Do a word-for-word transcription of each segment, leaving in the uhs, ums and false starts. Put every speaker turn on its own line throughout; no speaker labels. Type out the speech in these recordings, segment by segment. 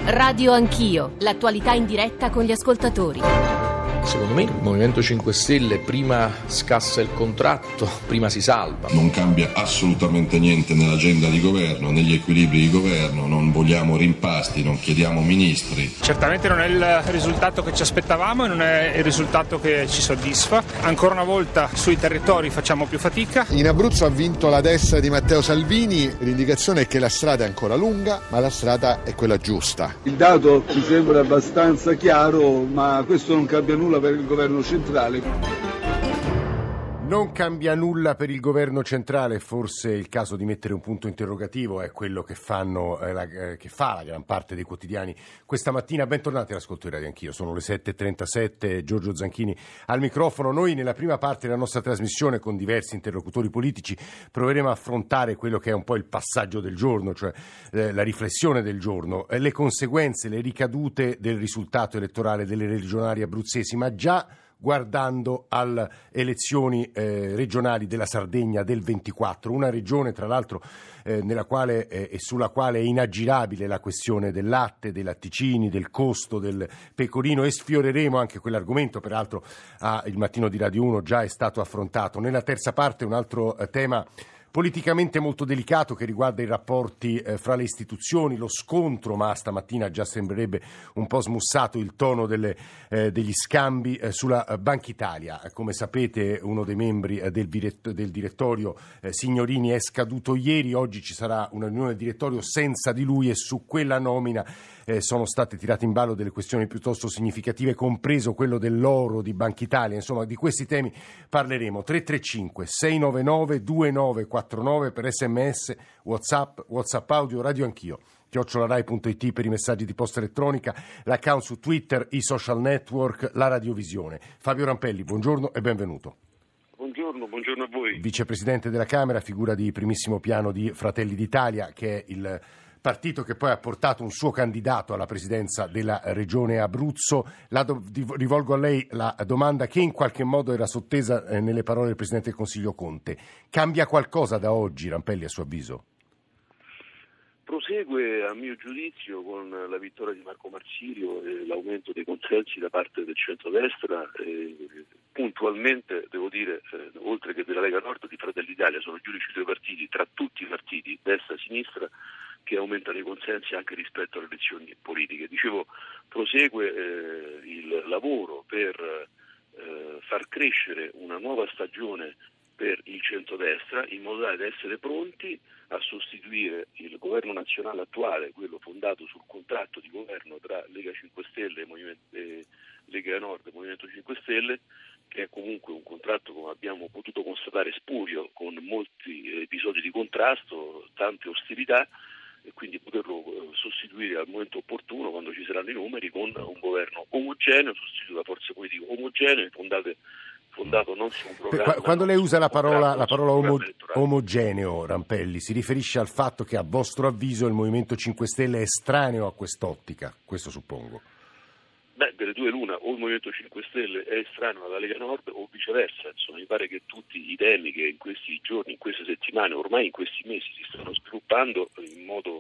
Radio Anch'io, l'attualità in diretta con gli ascoltatori.
Secondo me il Movimento cinque Stelle prima scassa il contratto, prima si salva.
Non cambia assolutamente niente nell'agenda di governo, negli equilibri di governo, non vogliamo rimpasti, non chiediamo ministri.
Certamente non è il risultato che ci aspettavamo e non è il risultato che ci soddisfa. Ancora una volta sui territori facciamo più fatica.
In Abruzzo ha vinto la destra di Matteo Salvini, l'indicazione è che la strada è ancora lunga, ma la strada è quella giusta.
Il dato mi sembra abbastanza chiaro, ma questo non cambia nulla per il governo centrale.
Non cambia nulla per il governo centrale, forse è il caso di mettere un punto interrogativo, è quello che fanno eh, la, eh, che fa la gran parte dei quotidiani questa mattina. Bentornati all'ascolto di Radio Anch'io, sono le sette e trentasette, Giorgio Zanchini al microfono. Noi nella prima parte della nostra trasmissione con diversi interlocutori politici proveremo a affrontare quello che è un po' il passaggio del giorno, cioè eh, la riflessione del giorno, eh, le conseguenze, le ricadute del risultato elettorale delle regionali abruzzesi, ma già guardando alle elezioni eh, regionali della Sardegna del ventiquattro, una regione tra l'altro eh, nella quale eh, e sulla quale è inaggirabile la questione del latte, dei latticini, del costo del pecorino, e sfioreremo anche quell'argomento, peraltro ah, il mattino di Radio uno già è stato affrontato. Nella terza parte un altro eh, tema politicamente molto delicato che riguarda i rapporti eh, fra le istituzioni, lo scontro, ma stamattina già sembrerebbe un po' smussato il tono delle, eh, degli scambi eh, sulla Banca Italia. Come sapete uno dei membri eh, del, diretto, del direttorio, eh, Signorini, è scaduto ieri, oggi ci sarà una riunione del direttorio senza di lui e su quella nomina eh, sono state tirate in ballo delle questioni piuttosto significative, compreso quello dell'oro di Banca Italia. Insomma, di questi temi parleremo. Tre tre cinque sei nove nove due nove quattro nove per sms, whatsapp, whatsapp audio, Radio Anch'io chiocciola punto it per i messaggi di posta elettronica, l'account su Twitter, i social network, la radiovisione. Fabio Rampelli, buongiorno e benvenuto.
Buongiorno, buongiorno a voi.
Vicepresidente della Camera, figura di primissimo piano di Fratelli d'Italia, che è il partito che poi ha portato un suo candidato alla presidenza della regione Abruzzo. La do, rivolgo a lei la domanda che in qualche modo era sottesa eh, nelle parole del Presidente del Consiglio Conte. Cambia qualcosa da oggi, Rampelli, a suo avviso?
Prosegue, a mio giudizio, con la vittoria di Marco Marsilio e l'aumento dei consensi da parte del centrodestra. E puntualmente, devo dire, eh, oltre che della Lega Nord, di Fratelli d'Italia, sono gli unici due partiti, tra tutti i partiti, destra e sinistra, che aumentano i consensi anche rispetto alle elezioni politiche. Dicevo, prosegue eh, il lavoro per eh, far crescere una nuova stagione per il centrodestra, in modo tale da essere pronti a sostituire il governo nazionale attuale, quello fondato sul contratto di governo tra Lega cinque Stelle e Movimento, eh, Lega Nord e Movimento cinque Stelle, che è comunque un contratto, come abbiamo potuto constatare, spurio, con molti episodi di contrasto, tante ostilità, e quindi poterlo sostituire al momento opportuno, quando ci saranno i numeri, con un governo omogeneo, sostituito da forze politiche omogenee, fondate fondato non su un programma.
Quando lei usa la parola, la parola omo, omogeneo, Rampelli, si riferisce al fatto che a vostro avviso il Movimento cinque Stelle è estraneo a quest'ottica, questo suppongo?
Beh, delle due l'una, o il Movimento cinque Stelle è estraneo alla Lega Nord o viceversa. Insomma, mi pare che tutti i temi che in questi giorni, in queste settimane, ormai in questi mesi si stanno sviluppando in modo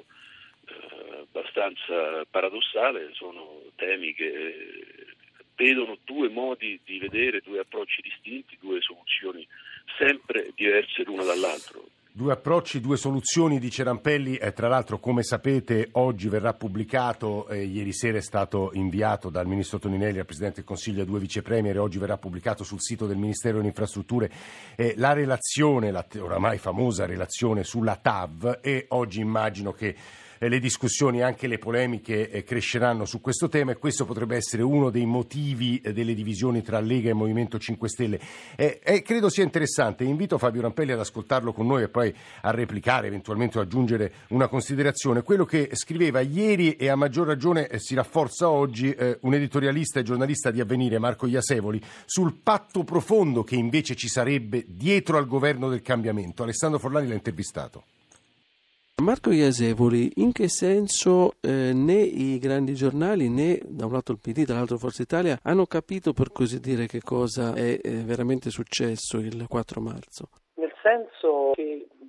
eh, abbastanza paradossale, sono temi che vedono due modi di vedere, due approcci distinti, due soluzioni sempre diverse l'una dall'altro.
Due approcci, due soluzioni, dice Rampelli. Eh, tra l'altro, come sapete, oggi verrà pubblicato, eh, ieri sera è stato inviato dal Ministro Toninelli al Presidente del Consiglio e a due vicepremier, e oggi verrà pubblicato sul sito del Ministero delle Infrastrutture eh, la relazione, la oramai famosa relazione sulla T A V, e oggi immagino che le discussioni e anche le polemiche eh, cresceranno su questo tema, e questo potrebbe essere uno dei motivi eh, delle divisioni tra Lega e Movimento cinque Stelle. Eh, eh, credo sia interessante, invito Fabio Rampelli ad ascoltarlo con noi e poi a replicare, eventualmente aggiungere una considerazione. Quello che scriveva ieri, e a maggior ragione eh, si rafforza oggi, eh, un editorialista e giornalista di Avvenire, Marco Iasevoli, sul patto profondo che invece ci sarebbe dietro al governo del cambiamento. Alessandro Forlani l'ha intervistato.
Marco Iasevoli, in che senso eh, né i grandi giornali né da un lato il P D, dall'altro Forza Italia hanno capito, per così dire, che cosa è eh, veramente successo il quattro marzo?
Nel senso che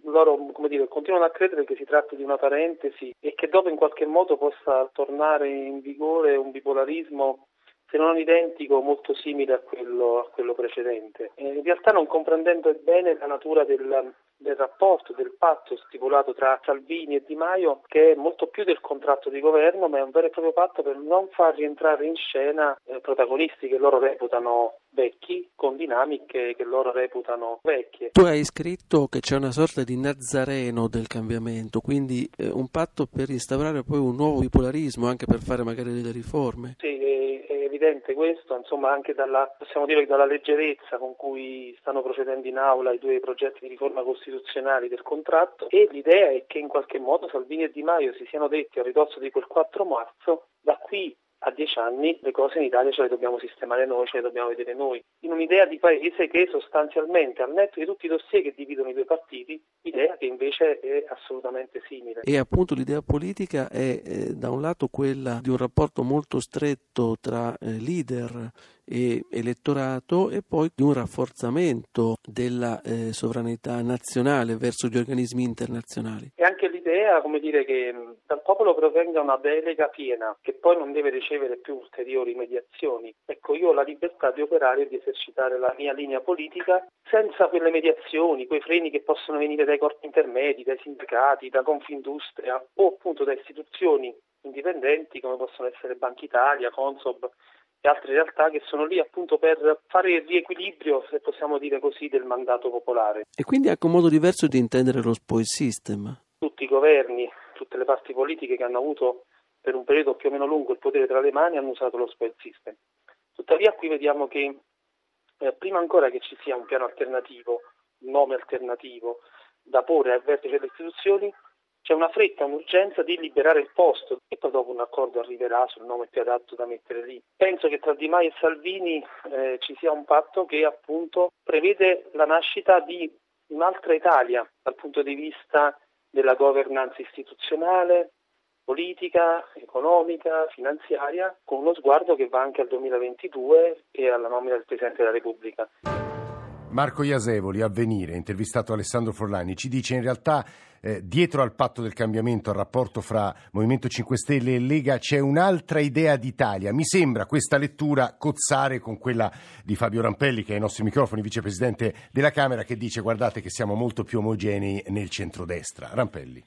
loro, come dire, continuano a credere che si tratti di una parentesi e che dopo in qualche modo possa tornare in vigore un bipolarismo, se non identico, molto simile a quello, a quello precedente. E in realtà non comprendendo bene la natura del, del rapporto, del patto stipulato tra Salvini e Di Maio, che è molto più del contratto di governo, ma è un vero e proprio patto per non far rientrare in scena eh, protagonisti che loro reputano vecchi, con dinamiche che loro reputano vecchie.
Tu hai scritto che c'è una sorta di nazareno del cambiamento, quindi eh, un patto per instaurare poi un nuovo bipolarismo, anche per fare magari delle riforme.
Sì, è, è evidente questo, insomma, anche dalla, possiamo dire, dalla leggerezza con cui stanno procedendo in aula i due progetti di riforma costituzionali del contratto, e l'idea è che in qualche modo Salvini e Di Maio si siano detti a ridosso di quel quattro marzo: da qui a dieci anni le cose in Italia ce le dobbiamo sistemare noi, ce le dobbiamo vedere noi, in un'idea di paese che sostanzialmente, al netto di tutti i dossier che dividono i due partiti, idea che invece è assolutamente simile.
E appunto l'idea politica è eh, da un lato quella di un rapporto molto stretto tra eh, leader e elettorato, e poi di un rafforzamento della eh, sovranità nazionale verso gli organismi internazionali.
E anche l'idea, come dire, che dal popolo provenga una delega piena, che poi non deve ricevere più ulteriori mediazioni. Ecco, io ho la libertà di operare e di esercitare la mia linea politica senza quelle mediazioni, quei freni che possono venire dai corpi intermedi, dai sindacati, da Confindustria o appunto da istituzioni indipendenti come possono essere Banca Italia, Consob e altre realtà che sono lì appunto per fare il riequilibrio, se possiamo dire così, del mandato popolare.
E quindi anche un modo diverso di intendere lo spoil system.
Tutti i governi, tutte le parti politiche che hanno avuto per un periodo più o meno lungo il potere tra le mani hanno usato lo spoil system. Tuttavia qui vediamo che eh, prima ancora che ci sia un piano alternativo, un nome alternativo da porre al vertice delle istituzioni, c'è una fretta, un'urgenza di liberare il posto e poi dopo un accordo arriverà sul nome più adatto da mettere lì. Penso che tra Di Maio e Salvini eh, ci sia un patto che appunto prevede la nascita di un'altra Italia dal punto di vista della governance istituzionale, politica, economica, finanziaria, con uno sguardo che va anche al duemilaventidue e alla nomina del Presidente della Repubblica.
Marco Iasevoli, Avvenire, intervistato Alessandro Forlani, ci dice in realtà eh, dietro al patto del cambiamento, al rapporto fra Movimento cinque Stelle e Lega c'è un'altra idea d'Italia. Mi sembra questa lettura cozzare con quella di Fabio Rampelli, che è ai nostri microfoni, vicepresidente della Camera, che dice guardate che siamo molto più omogenei nel centrodestra. Rampelli.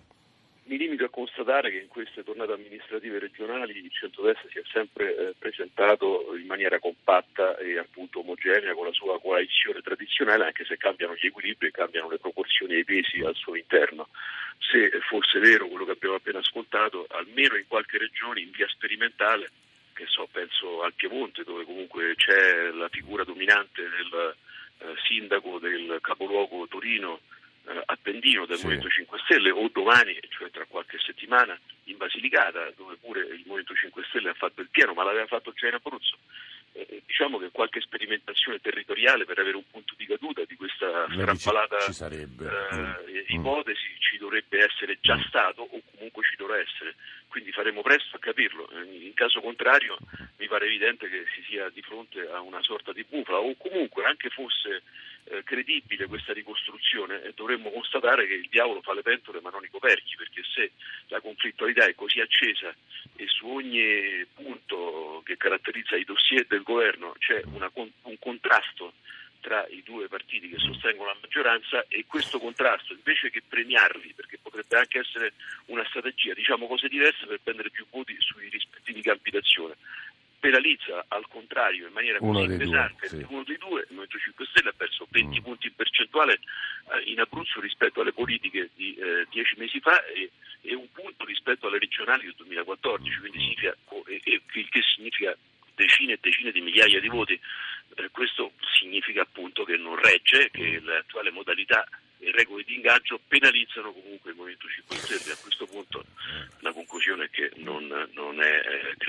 Mi limito a constatare che in queste tornate amministrative regionali il centrodestra si è sempre eh, presentato in maniera compatta e appunto omogenea con la sua coalizione tradizionale, anche se cambiano gli equilibri e cambiano le proporzioni e i pesi al suo interno. Se fosse vero quello che abbiamo appena ascoltato, almeno in qualche regione in via sperimentale, che so, penso al Piemonte, dove comunque c'è la figura dominante del eh, sindaco del capoluogo Torino, Uh, appendino del sì. Movimento cinque Stelle, o domani, cioè tra qualche settimana, in Basilicata, dove pure il Movimento cinque Stelle ha fatto il pieno, ma l'aveva fatto già in Abruzzo. Eh, diciamo che qualche sperimentazione territoriale per avere un punto di caduta di questa strampalata
ci sarebbe.
Eh,
mm.
ipotesi ci dovrebbe essere già mm. stato, o comunque ci dovrà essere, quindi faremo presto a capirlo. In caso contrario mi pare evidente che si sia di fronte a una sorta di bufala, o comunque anche fosse eh, credibile questa ricostruzione, eh, dovremmo constatare che il diavolo fa le pentole ma non i coperchi, perché se la conflittualità è così accesa e su ogni punto che caratterizza i dossier del governo c'è una, un contrasto tra i due partiti che sostengono la maggioranza, e questo contrasto, invece che premiarli, perché potrebbe anche essere una strategia, diciamo cose diverse per prendere più voti sui rispettivi campi d'azione, penalizza al contrario in maniera
uno
così pesante
due, sì.
uno dei due. Il Movimento cinque Stelle ha perso venti mm. punti in percentuale eh, in Abruzzo rispetto alle politiche di eh, dieci mesi fa, e, e un punto rispetto alle regionali del duemilaquattordici, quindi significa, e, e, che significa decine e decine di migliaia di voti. Eh, questo significa appunto che non regge, che l'attuale modalità e regole di ingaggio penalizzano comunque il Movimento cinque Stelle. A questo punto la conclusione è che non, non è eh,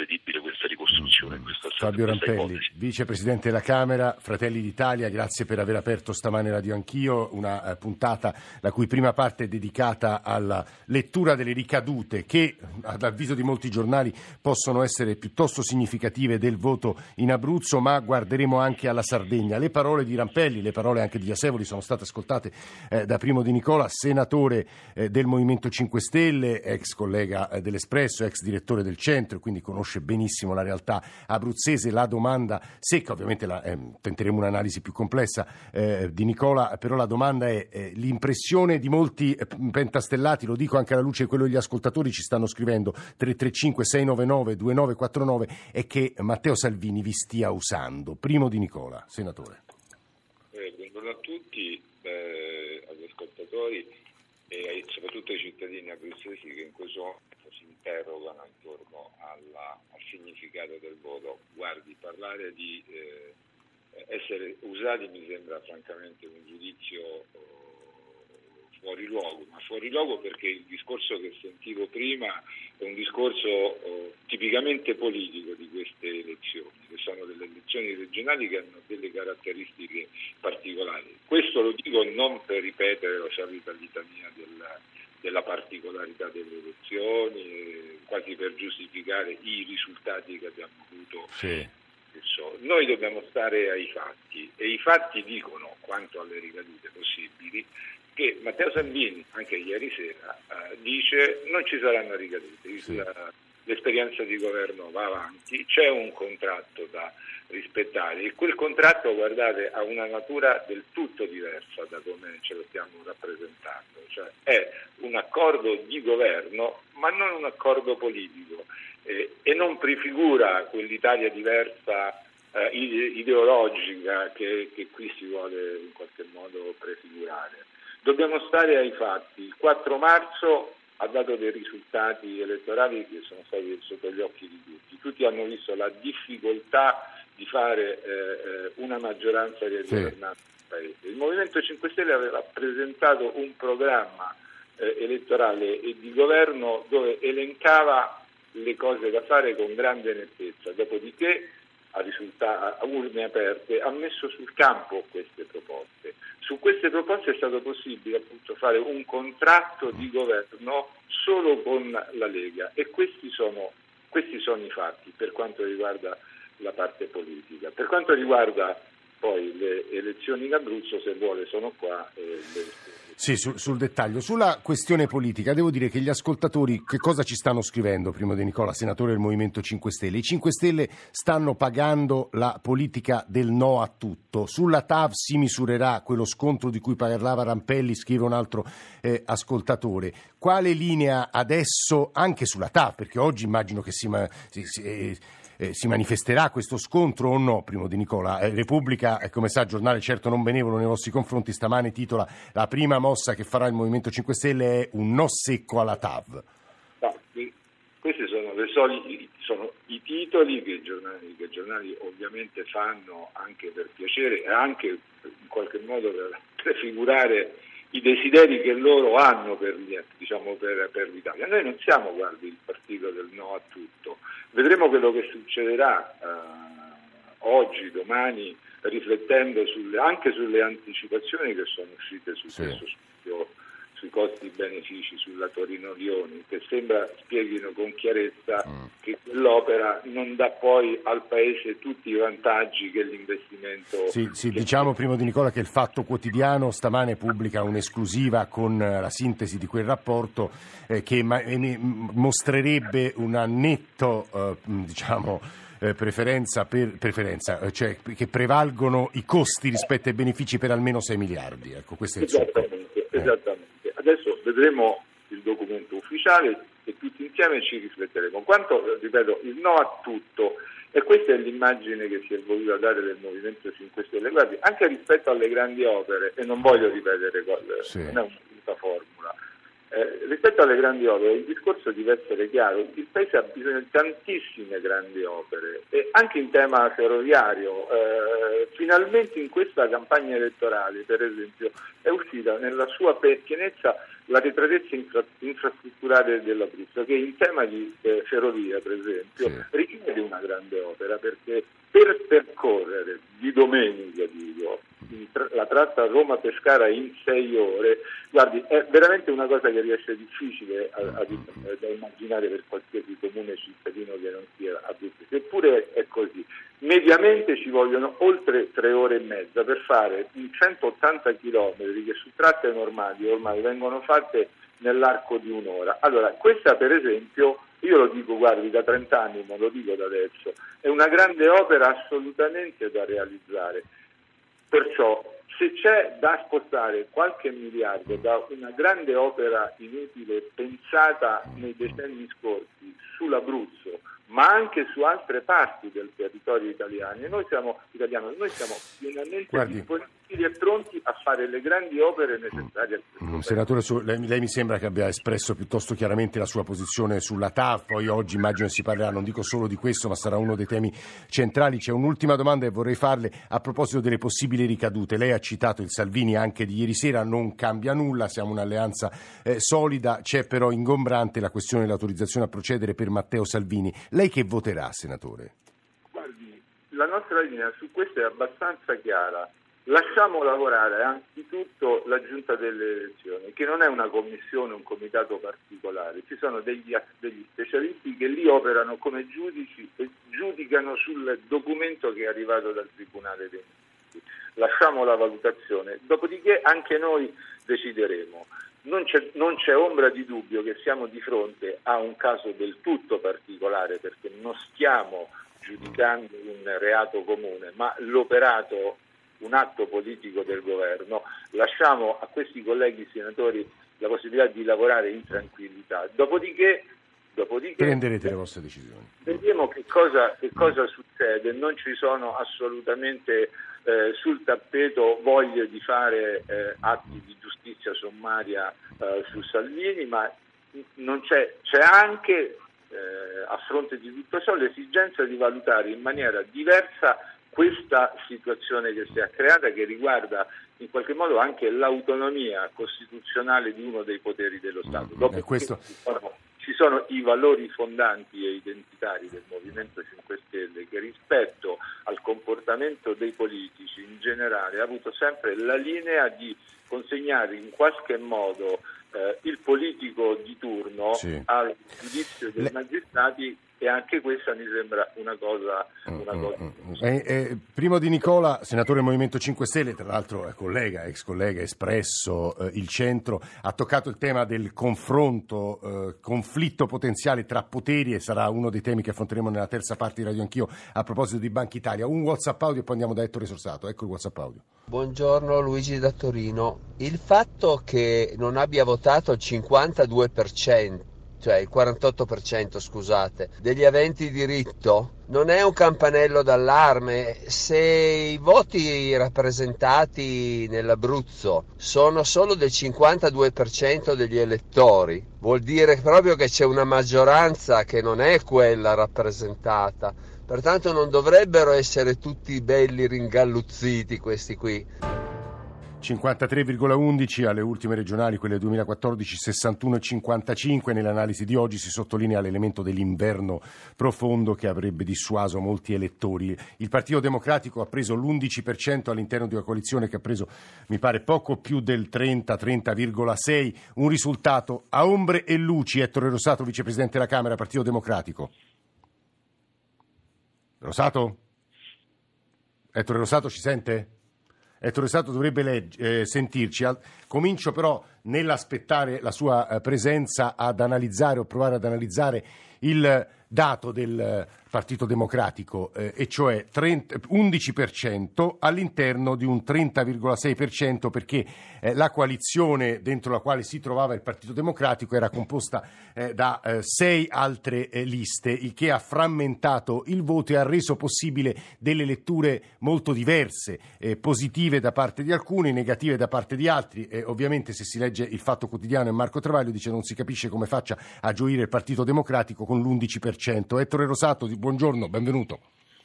credibile questa ricostruzione. Questa
Fabio Rampelli, vicepresidente della Camera, Fratelli d'Italia, grazie per aver aperto stamane Radio Anch'io, una eh, puntata la cui prima parte è dedicata alla lettura delle ricadute che, ad avviso di molti giornali, possono essere piuttosto significative del voto in Abruzzo, ma guarderemo anche alla Sardegna. Le parole di Rampelli, le parole anche di Iasevoli sono state ascoltate eh, da Primo Di Nicola, senatore eh, del Movimento cinque Stelle, ex collega eh, dell'Espresso, ex direttore del Centro, quindi conosce benissimo la realtà abruzzese. La domanda secca, ovviamente la, eh, tenteremo un'analisi più complessa eh, di Nicola, però la domanda è eh, l'impressione di molti eh, pentastellati, lo dico anche alla luce di quello che gli ascoltatori ci stanno scrivendo, tre tre cinque sei nove nove due nove quattro nove, è che Matteo Salvini vi stia usando. Primo Di Nicola, senatore.
Eh, buongiorno a tutti, eh, agli ascoltatori e soprattutto ai cittadini abruzzesi che in questo momento si interrogano intorno alla, al significato del voto. Guardi, parlare di eh, essere usati mi sembra francamente un giudizio eh, fuori luogo, ma fuori luogo perché il discorso che sentivo prima è un discorso eh, tipicamente politico di queste elezioni, che sono delle elezioni regionali che hanno delle caratteristiche particolari. Questo lo dico non per ripetere la solita litania della, della particolarità delle elezioni, eh, quasi per giustificare i risultati che abbiamo avuto.
Sì.
Noi dobbiamo stare ai fatti e i fatti dicono, quanto alle ricadute possibili, che Matteo Salvini, anche ieri sera, eh, dice non ci saranno ricadute, sì. L'esperienza di governo va avanti, c'è un contratto da rispettare e quel contratto, guardate, ha una natura del tutto diversa da come ce lo stiamo rappresentando, cioè è un accordo di governo ma non un accordo politico eh, e non prefigura quell'Italia diversa eh, ideologica che, che qui si vuole in qualche modo prefigurare. Dobbiamo stare ai fatti. Il quattro marzo ha dato dei risultati elettorali che sono stati sotto gli occhi di tutti. Tutti hanno visto la difficoltà di fare eh, una maggioranza di governare il Paese. Il Movimento cinque Stelle aveva presentato un programma eh, elettorale e di governo dove elencava le cose da fare con grande nettezza. Dopodiché, a, risulta- a urne aperte, ha messo sul campo queste proposte. Su queste proposte è stato possibile appunto fare un contratto di governo solo con la Lega e questi sono, questi sono i fatti per quanto riguarda la parte politica. Per quanto riguarda poi le elezioni in Abruzzo, se vuole sono qua. Eh, le...
Sì, sul, sul dettaglio. Sulla questione politica devo dire che gli ascoltatori che cosa ci stanno scrivendo, Primo Di Nicola, senatore del Movimento cinque Stelle? I cinque Stelle stanno pagando la politica del no a tutto. Sulla T A V si misurerà quello scontro di cui parlava Rampelli, scrive un altro eh, ascoltatore. Quale linea adesso anche sulla T A V? Perché oggi immagino che si... si, si eh, Eh, si manifesterà questo scontro o no, Primo Di Nicola? Eh, Repubblica, eh, come sa, giornale certo non benevolo nei vostri confronti, stamane titola: la prima mossa che farà il Movimento cinque Stelle è un no secco alla T A V.
No, questi sono, le soli, sono i titoli che i giornali, che i giornali ovviamente fanno anche per piacere e anche in qualche modo per prefigurare i desideri che loro hanno per, diciamo, per, per l'Italia. Noi non siamo, guardi, il partito del no a tutto. Vedremo quello che succederà eh, oggi, domani, riflettendo sulle, anche sulle anticipazioni che sono uscite su sì. questo studio sui costi-benefici sulla Torino-Lioni, che sembra spieghino con chiarezza mm. che quell'opera non dà poi al Paese tutti i vantaggi che l'investimento...
Sì, sì che... diciamo, Primo Di Nicola, che il Fatto Quotidiano stamane pubblica un'esclusiva con la sintesi di quel rapporto eh, che ma- mostrerebbe un netto, eh, diciamo... preferenza, per, preferenza cioè che prevalgono i costi rispetto ai benefici per almeno sei miliardi. Ecco, questo è il
esattamente, eh. esattamente. Adesso vedremo il documento ufficiale e tutti insieme ci rifletteremo. Quanto, ripeto, il no a tutto, e questa è l'immagine che si è voluta dare del Movimento cinque Stelle, guardi, anche rispetto alle grandi opere, e non voglio ripetere cose, sì. non è una formula, Eh, rispetto alle grandi opere il discorso deve essere chiaro, il Paese ha bisogno di tantissime grandi opere e anche in tema ferroviario, eh, finalmente in questa campagna elettorale per esempio è uscita nella sua pienezza l'arretratezza infra- infrastrutturale dell'Abruzzo, che in tema di eh, ferrovia per esempio sì. richiede una grande opera, perché per percorrere di domenica dico, la tratta Roma-Pescara in sei ore, guardi, è veramente una cosa che riesce difficile a, a, da immaginare per qualsiasi comune cittadino che non sia abruzzese, eppure è così. Mediamente ci vogliono oltre tre ore e mezza per fare centottanta chilometri che su tratte normali ormai vengono fatte nell'arco di un'ora. Allora, questa per esempio, io lo dico, guardi, da trenta anni, non lo dico da adesso, è una grande opera assolutamente da realizzare. Perciò, se c'è da spostare qualche miliardo da una grande opera inutile pensata nei decenni scorsi sull'Abruzzo, ma anche su altre parti del territorio italiano, noi siamo italiano, noi siamo pienamente
Guardi.
disponibili e pronti a fare le grandi opere necessarie.
Mm, senatore, su, lei, lei mi sembra che abbia espresso piuttosto chiaramente la sua posizione sulla T A F, poi oggi immagino si parlerà, non dico solo di questo, ma sarà uno dei temi centrali. C'è un'ultima domanda che vorrei farle a proposito delle possibili ricadute. Lei ha citato il Salvini anche di ieri sera, non cambia nulla, siamo un'alleanza eh, solida, c'è però ingombrante la questione dell'autorizzazione a procedere per Matteo Salvini. Lei che voterà, senatore?
Guardi, la nostra linea su questo è abbastanza chiara. Lasciamo lavorare anzitutto la Giunta delle elezioni, che non è una commissione, un comitato particolare, ci sono degli, degli specialisti che lì operano come giudici e giudicano sul documento che è arrivato dal Tribunale dei Ministri. Lasciamo la valutazione, dopodiché anche noi decideremo. Non c'è, non c'è ombra di dubbio che siamo di fronte a un caso del tutto particolare, perché non stiamo giudicando un reato comune, ma l'operato, un atto politico del governo. Lasciamo a questi colleghi senatori la possibilità di lavorare in tranquillità. Dopodiché, dopodiché
prenderete le vostre decisioni.
Vediamo che cosa, che cosa succede. Non ci sono assolutamente eh, sul tappeto voglie di fare eh, atti di giustizia sommaria eh, su Salvini, ma non c'è, c'è anche eh, a fronte di tutto ciò l'esigenza di valutare in maniera diversa questa situazione che si è creata, che riguarda in qualche modo anche l'autonomia costituzionale di uno dei poteri dello Stato. Dopo
questo...
ci, sono, ci sono i valori fondanti e identitari del Movimento cinque Stelle, che rispetto al comportamento dei politici in generale ha avuto sempre la linea di consegnare in qualche modo eh, il politico di turno sì. al giudizio dei Le... magistrati. E anche questa mi sembra una cosa... Una cosa...
Eh, eh, Primo Di Nicola, senatore del Movimento cinque Stelle, tra l'altro è collega, ex collega, espresso eh, il centro, ha toccato il tema del confronto, eh, conflitto potenziale tra poteri, e sarà uno dei temi che affronteremo nella terza parte di Radio Anch'io a proposito di Banca Italia. Un WhatsApp audio e poi andiamo da Ettore Sorsato. Ecco il WhatsApp audio.
Buongiorno, Luigi da Torino. Il fatto che non abbia votato il cinquantadue per cento, cioè il quarantotto per cento, scusate, degli aventi diritto, non è un campanello d'allarme. Se i voti rappresentati nell'Abruzzo sono solo del cinquantadue per cento degli elettori, vuol dire proprio che c'è una maggioranza che non è quella rappresentata. Pertanto non dovrebbero essere tutti belli ringalluzziti questi qui.
cinquantatré virgola undici alle ultime regionali, quelle del duemilaquattordici, sessantuno virgola cinquantacinque. Nell'analisi di oggi si sottolinea l'elemento dell'inverno profondo che avrebbe dissuaso molti elettori. Il Partito Democratico ha preso l'undici per cento all'interno di una coalizione che ha preso, mi pare, poco più del trenta, trenta virgola sei, un risultato a ombre e luci. Ettore Rosato, vicepresidente della Camera, Partito Democratico. Rosato? Ettore Rosato ci sente? Ettore Rosato dovrebbe legge, eh, sentirci. Comincio però nell'aspettare la sua eh, presenza ad analizzare o provare ad analizzare il dato del Partito Democratico, eh, e cioè trenta, undici per cento all'interno di un trenta virgola sei per cento, perché eh, la coalizione dentro la quale si trovava il Partito Democratico era composta eh, da eh, sei altre eh, liste, il che ha frammentato il voto e ha reso possibile delle letture molto diverse, eh, positive da parte di alcuni, negative da parte di altri. Eh, ovviamente se si legge legge il Fatto Quotidiano e Marco Travaglio dice non si capisce come faccia a gioire il Partito Democratico con l'undici per cento. Ettore Rosato, buongiorno, benvenuto.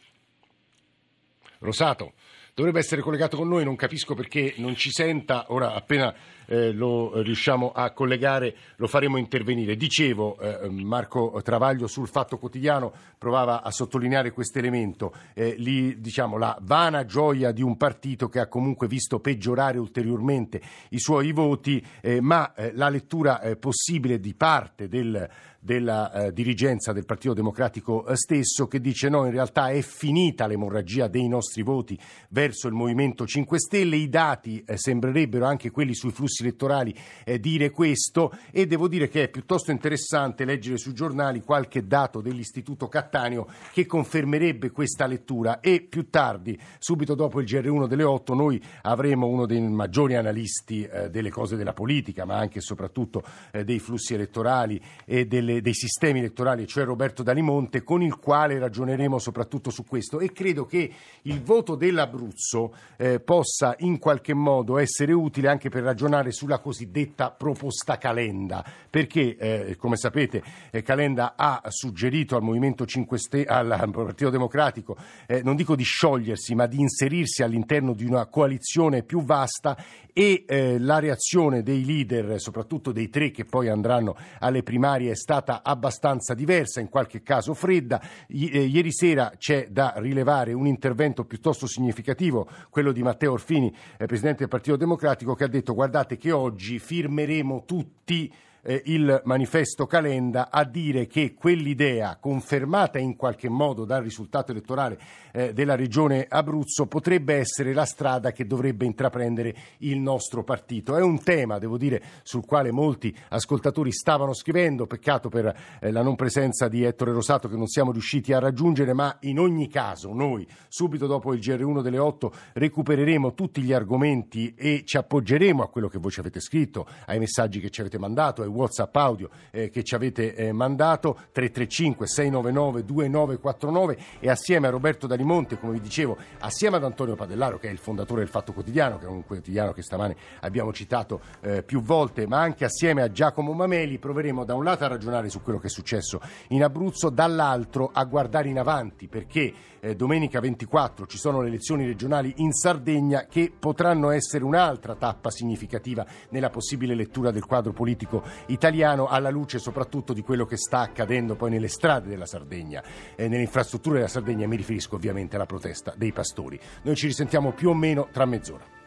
Rosato dovrebbe essere collegato con noi, non capisco perché non ci senta, ora appena eh, lo riusciamo a collegare lo faremo intervenire. Dicevo, eh, Marco Travaglio sul Fatto Quotidiano provava a sottolineare questo elemento, eh, lì, diciamo, la vana gioia di un partito che ha comunque visto peggiorare ulteriormente i suoi voti, eh, ma eh, la lettura eh, possibile di parte del della eh, dirigenza del Partito Democratico eh, stesso, che dice no, in realtà è finita l'emorragia dei nostri voti verso il Movimento cinque Stelle, i dati eh, sembrerebbero anche quelli sui flussi elettorali eh, dire questo, e devo dire che è piuttosto interessante leggere sui giornali qualche dato dell'Istituto Cattaneo che confermerebbe questa lettura, e più tardi, subito dopo il G R uno delle otto, noi avremo uno dei maggiori analisti eh, delle cose della politica, ma anche e soprattutto eh, dei flussi elettorali e delle dei sistemi elettorali, cioè Roberto Dalimonte, con il quale ragioneremo soprattutto su questo, e credo che il voto dell'Abruzzo eh, possa in qualche modo essere utile anche per ragionare sulla cosiddetta proposta Calenda, perché eh, come sapete eh, Calenda ha suggerito al Movimento cinque Stelle, al Partito Democratico, eh, non dico di sciogliersi, ma di inserirsi all'interno di una coalizione più vasta, e eh, la reazione dei leader, soprattutto dei tre che poi andranno alle primarie, è stata abbastanza diversa, in qualche caso fredda. I, eh, ieri sera c'è da rilevare un intervento piuttosto significativo, quello di Matteo Orfini, eh, presidente del Partito Democratico, che ha detto guardate che oggi firmeremo tutti eh, il manifesto Calenda, a dire che quell'idea, confermata in qualche modo dal risultato elettorale eh, della regione Abruzzo, potrebbe essere la strada che dovrebbe intraprendere il nostro partito. È un tema, devo dire, sul quale molti ascoltatori stavano scrivendo, peccato per eh, la non presenza di Ettore Rosato che non siamo riusciti a raggiungere, ma in ogni caso noi subito dopo il G R uno delle otto recupereremo tutti gli argomenti e ci appoggeremo a quello che voi ci avete scritto, ai messaggi che ci avete mandato, ai WhatsApp audio eh, che ci avete eh, mandato, tre tre cinque sei nove nove due nove quattro nove, e assieme a Roberto Dalimonte, come vi dicevo, assieme ad Antonio Padellaro, che è il fondatore del Fatto Quotidiano, che è un quotidiano che stamane abbiamo citato eh, più volte, ma anche assieme a Giacomo Mameli, proveremo da un lato a ragionare su quello che è successo in Abruzzo, dall'altro a guardare in avanti, perché eh, domenica ventiquattro ci sono le elezioni regionali in Sardegna che potranno essere un'altra tappa significativa nella possibile lettura del quadro politico italiano, alla luce soprattutto di quello che sta accadendo poi nelle strade della Sardegna, eh, nelle infrastrutture della Sardegna. Mi riferisco ovviamente alla protesta dei pastori. Noi ci risentiamo più o meno tra mezz'ora.